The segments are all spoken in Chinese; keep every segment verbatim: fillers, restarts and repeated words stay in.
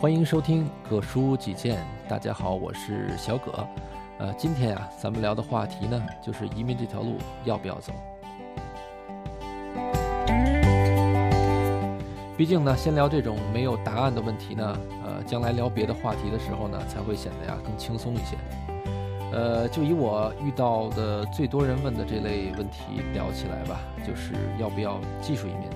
欢迎收听葛叔几见，大家好，我是小葛。呃，今天啊，咱们聊的话题呢，就是移民这条路要不要走。毕竟呢，先聊这种没有答案的问题呢，呃，将来聊别的话题的时候呢，才会显得呀更轻松一些。呃，就以我遇到的最多人问的这类问题聊起来吧，就是要不要技术移民。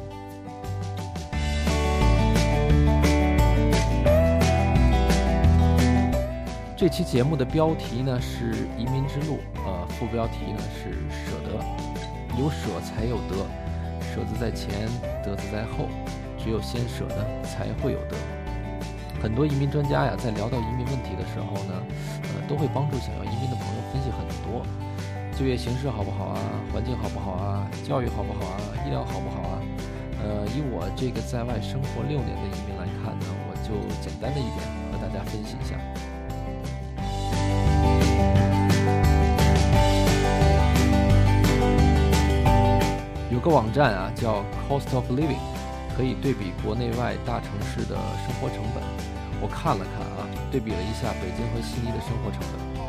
这期节目的标题呢是移民之路，呃，副标题呢是舍得，有舍才有得，舍字在前，得字在后，只有先舍呢才会有得。很多移民专家呀，在聊到移民问题的时候呢，呃，都会帮助想要移民的朋友分析很多，就业形势好不好啊，环境好不好啊，教育好不好啊，医疗好不好啊。呃，以我这个在外生活六年的移民来看呢，我就简单的一点和大家分析一下。有个网站啊叫 Cost of Living， 可以对比国内外大城市的生活成本。我看了看啊，对比了一下北京和悉尼的生活成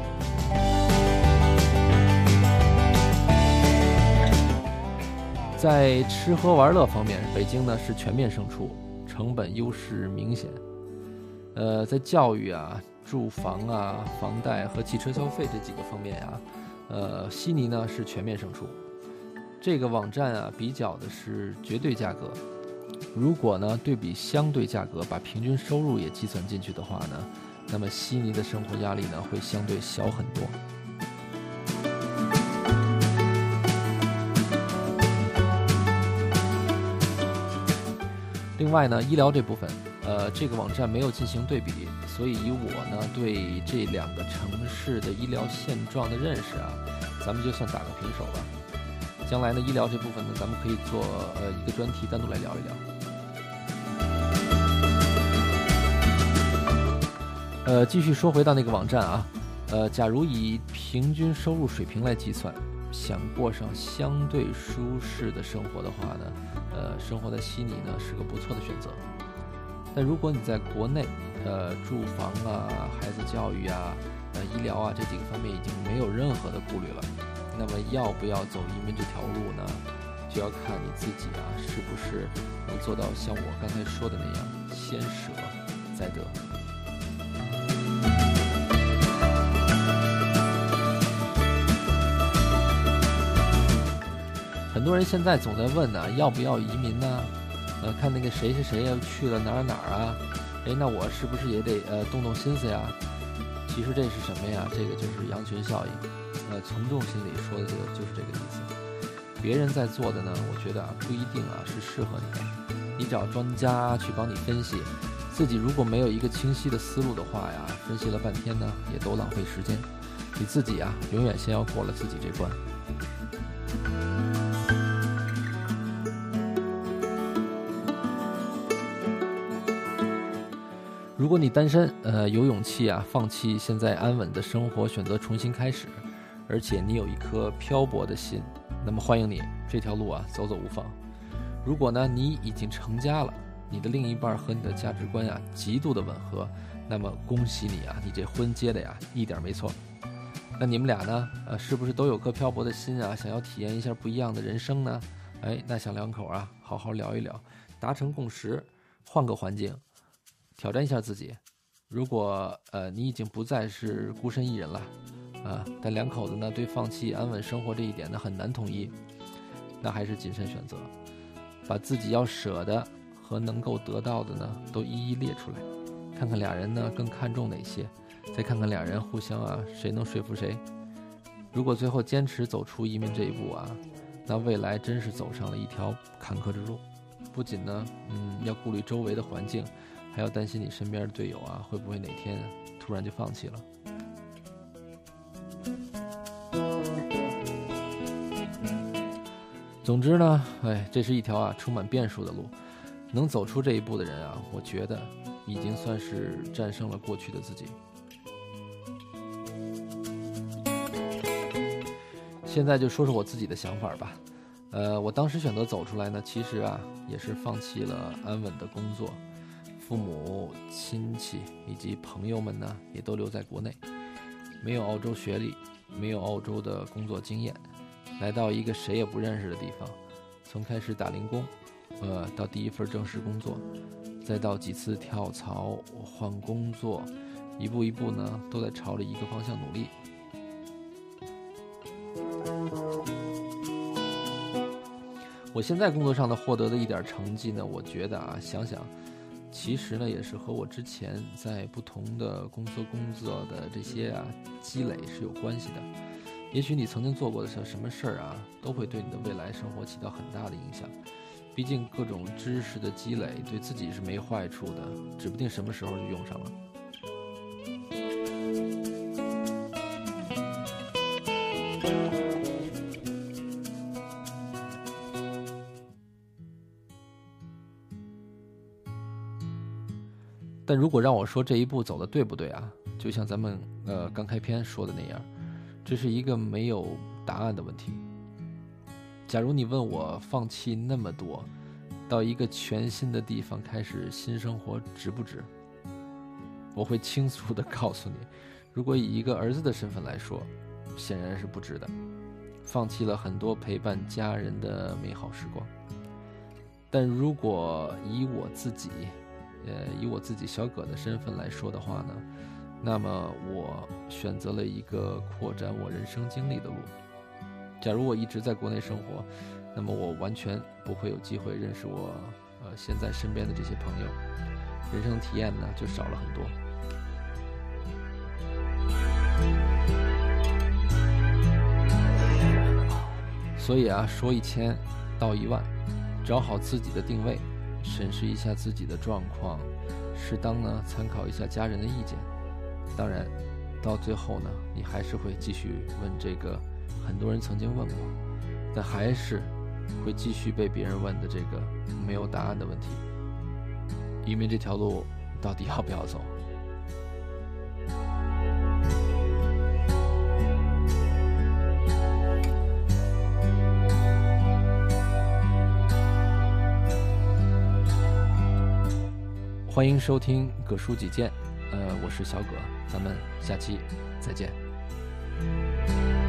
本。在吃喝玩乐方面，北京呢是全面胜出，成本优势明显。呃，在教育啊、住房啊、房贷和汽车消费这几个方面啊，呃，悉尼呢是全面胜出。这个网站啊比较的是绝对价格，如果呢对比相对价格，把平均收入也计算进去的话呢，那么悉尼的生活压力呢会相对小很多。另外呢，医疗这部分，呃，这个网站没有进行对比，所以以我呢对这两个城市的医疗现状的认识啊，咱们就算打个平手吧。将来呢，医疗这部分呢，咱们可以做呃一个专题单独来聊一聊。呃，继续说回到那个网站啊，呃，假如以平均收入水平来计算，想过上相对舒适的生活的话呢，呃，生活在悉尼呢是个不错的选择。但如果你在国内，呃，住房啊、孩子教育啊、呃医疗啊这几个方面已经没有任何的顾虑了。那么要不要走移民这条路呢，就要看你自己啊，是不是能做到像我刚才说的那样，先舍再得。很多人现在总在问呢，要不要移民呢？呃，看那个谁谁谁要去了哪儿哪儿啊？哎，那我是不是也得呃动动心思呀？其实这是什么呀？这个就是羊群效应。呃，从众心理说的这个就是这个意思。别人在做的呢，我觉得啊不一定啊是适合你的。你找专家去帮你分析，自己如果没有一个清晰的思路的话呀，分析了半天呢，也都浪费时间。你自己啊，永远先要过了自己这关。如果你单身，呃，有勇气啊，放弃现在安稳的生活，选择重新开始。而且你有一颗漂泊的心，那么欢迎你，这条路啊走走无妨。如果呢你已经成家了，你的另一半和你的价值观呀极度的吻合，那么恭喜你啊，你这婚结的呀一点没错。那你们俩呢，呃，是不是都有颗漂泊的心啊，想要体验一下不一样的人生呢？哎，那想两口啊好好聊一聊，达成共识，换个环境，挑战一下自己。如果呃你已经不再是孤身一人了啊，但两口子呢对放弃安稳生活这一点呢很难统一，那还是谨慎选择，把自己要舍的和能够得到的呢都一一列出来，看看俩人呢更看重哪些，再看看俩人互相啊谁能说服谁。如果最后坚持走出移民这一步啊，那未来真是走上了一条坎坷之路。不仅呢嗯要顾虑周围的环境，还要担心你身边的队友啊会不会哪天突然就放弃了。总之呢，哎，这是一条啊充满变数的路，能走出这一步的人啊，我觉得已经算是战胜了过去的自己。现在就说说我自己的想法吧。呃，我当时选择走出来呢，其实啊也是放弃了安稳的工作， 父母、亲戚以及朋友们呢，也都留在国内，没有澳洲学历，没有澳洲的工作经验，来到一个谁也不认识的地方，从开始打零工，呃，到第一份正式工作，再到几次跳槽换工作，一步一步呢，都在朝着一个方向努力。我现在工作上的获得的一点成绩呢，我觉得啊，想想其实呢也是和我之前在不同的公司工作的这些啊积累是有关系的。也许你曾经做过的什么事儿啊，都会对你的未来生活起到很大的影响。毕竟各种知识的积累对自己是没坏处的，指不定什么时候就用上了。但如果让我说这一步走的对不对啊，就像咱们呃刚开篇说的那样，这是一个没有答案的问题。假如你问我放弃那么多，到一个全新的地方开始新生活值不值，我会倾诉地告诉你，如果以一个儿子的身份来说，显然是不值的。放弃了很多陪伴家人的美好时光。但如果以我自己呃，以我自己小葛的身份来说的话呢，那么我选择了一个扩展我人生经历的路。假如我一直在国内生活，那么我完全不会有机会认识我呃现在身边的这些朋友，人生体验呢就少了很多。所以啊，说一千道一万，找好自己的定位，审视一下自己的状况，适当呢参考一下家人的意见。当然到最后呢，你还是会继续问这个很多人曾经问过，但还是会继续被别人问的这个没有答案的问题：移民这条路到底要不要走？欢迎收听葛叔几见，呃，我是小葛，咱们下期再见。